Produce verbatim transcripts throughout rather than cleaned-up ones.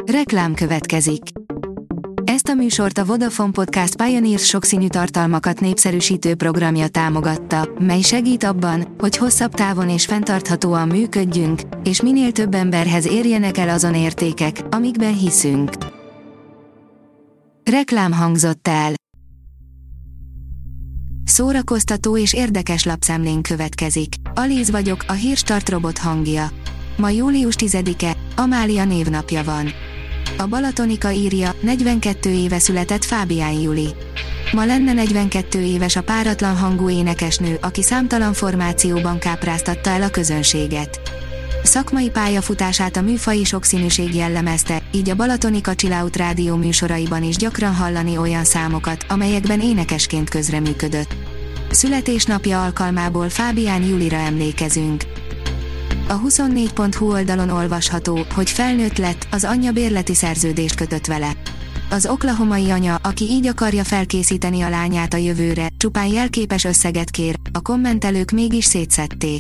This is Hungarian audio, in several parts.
Reklám következik. Ezt a műsort a Vodafone Podcast Pioneers sokszínű tartalmakat népszerűsítő programja támogatta, mely segít abban, hogy hosszabb távon és fenntarthatóan működjünk, és minél több emberhez érjenek el azon értékek, amikben hiszünk. Reklám hangzott el. Szórakoztató és érdekes lapszemlén következik. Alíz vagyok, a Hírstart robot hangja. Ma július tizedike, Amália névnapja van. A Balatonika írja, negyvenkét éve született Fábián Juli. Ma lenne negyvenkét éves a páratlan hangú énekesnő, aki számtalan formációban kápráztatta el a közönséget. Szakmai pályafutását a műfaji sokszínűség jellemezte, így a Balatonika Chill Out rádió műsoraiban is gyakran hallani olyan számokat, amelyekben énekesként közreműködött. Születésnapja alkalmából Fábián Julira emlékezünk. A huszonnégy pont hu oldalon olvasható, hogy felnőtt lett, az anyja bérleti szerződést kötött vele. Az oklahomai anya, aki így akarja felkészíteni a lányát a jövőre, csupán jelképes összeget kér, a kommentelők mégis szétszedték.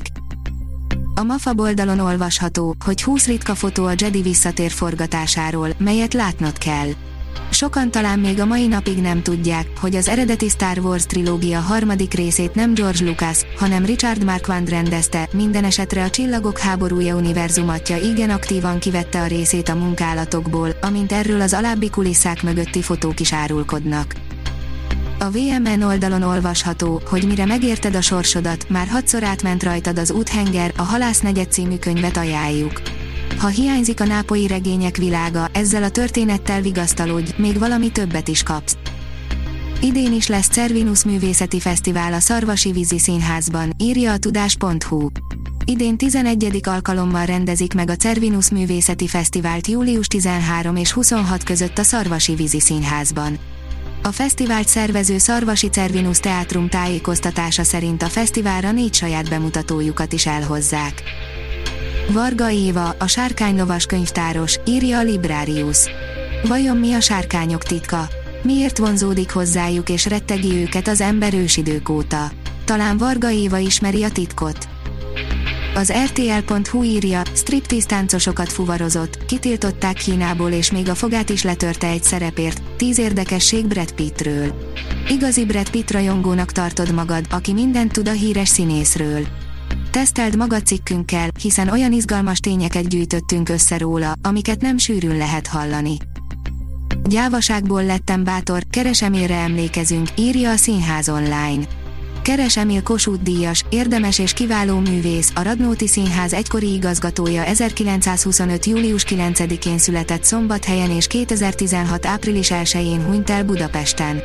A Mafab oldalon olvasható, hogy húsz ritka fotó a Jedi visszatér forgatásáról, melyet látnod kell. Sokan talán még a mai napig nem tudják, hogy az eredeti Star Wars trilógia harmadik részét nem George Lucas, hanem Richard Marquand rendezte, minden esetre a Csillagok háborúja univerzumatja igen aktívan kivette a részét a munkálatokból, amint erről az alábbi kulisszák mögötti fotók is árulkodnak. A vé em en oldalon olvasható, hogy mire megérted a sorsodat, már hatszor átment rajtad az úthenger, a Halász negyed című könyvet ajánljuk. Ha hiányzik a nápolyi regények világa, ezzel a történettel vigasztalodj, még valami többet is kapsz. Idén is lesz Cervinus művészeti fesztivál a Szarvasi Vízi Színházban, írja a tudás pont hu. Idén tizenegyedik alkalommal rendezik meg a Cervinus művészeti fesztivált július tizenharmadika és huszonhatodika között a Szarvasi Vízi Színházban. A fesztivált szervező Szarvasi Cervinus Teátrum tájékoztatása szerint a fesztiválra négy saját bemutatójukat is elhozzák. Varga Éva, a sárkánylovas könyvtáros, írja a Librarius. Vajon mi a sárkányok titka? Miért vonzódik hozzájuk és rettegi őket az ember ősidők óta? Talán Varga Éva ismeri a titkot. Az er té el pont hu írja, striptease táncosokat fuvarozott, kitiltották Kínából és még a fogát is letörte egy szerepért, tíz érdekesség Brad Pittről. Igazi Brad Pitt rajongónak tartod magad, aki mindent tud a híres színészről. Teszteld magad cikkünkkel, hiszen olyan izgalmas tényeket gyűjtöttünk össze róla, amiket nem sűrűn lehet hallani. Gyávaságból lettem bátor, Keres Emilre emlékezünk, írja a Színház online. Keres Emil Kossuth díjas, érdemes és kiváló művész, a Radnóti Színház egykori igazgatója ezerkilencszázhuszonöt július kilencedikén született Szombathelyen és kétezer-tizenhat április elsején hunyt el Budapesten.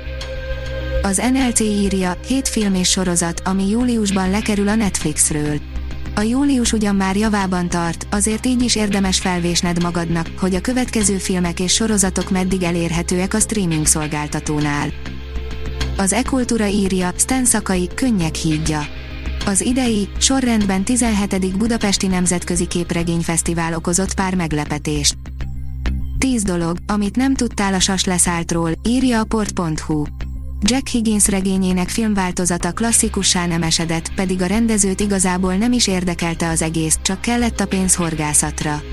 Az en el cé írja, hét film és sorozat, ami júliusban lekerül a Netflixről. A július ugyan már javában tart, azért így is érdemes felvésned magadnak, hogy a következő filmek és sorozatok meddig elérhetőek a streaming szolgáltatónál. Az E-Kultúra írja, Stan Sakai, Könnyek hídja. Az idei, sorrendben tizenhetedik Budapesti Nemzetközi Képregényfesztivál okozott pár meglepetést. tíz dolog, amit nem tudtál a Sas leszáltról, írja a port pont hu. Jack Higgins regényének filmváltozata klasszikussá nem esedett, pedig a rendezőt igazából nem is érdekelte az egész, csak kellett a pénz horgászatra.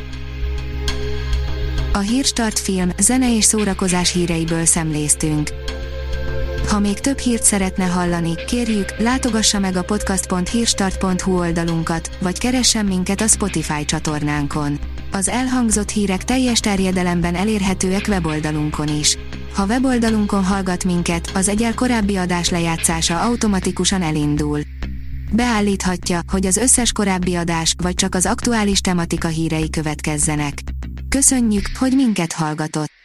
A Hírstart film, zene és szórakozás híreiből szemléztünk. Ha még több hírt szeretne hallani, kérjük, látogassa meg a podcast pont hírstart pont hu oldalunkat, vagy keressen minket a Spotify csatornánkon. Az elhangzott hírek teljes terjedelemben elérhetőek weboldalunkon is. Ha weboldalunkon hallgat minket, az egyel korábbi adás lejátszása automatikusan elindul. Beállíthatja, hogy az összes korábbi adás, vagy csak az aktuális tematika hírei következzenek. Köszönjük, hogy minket hallgatott!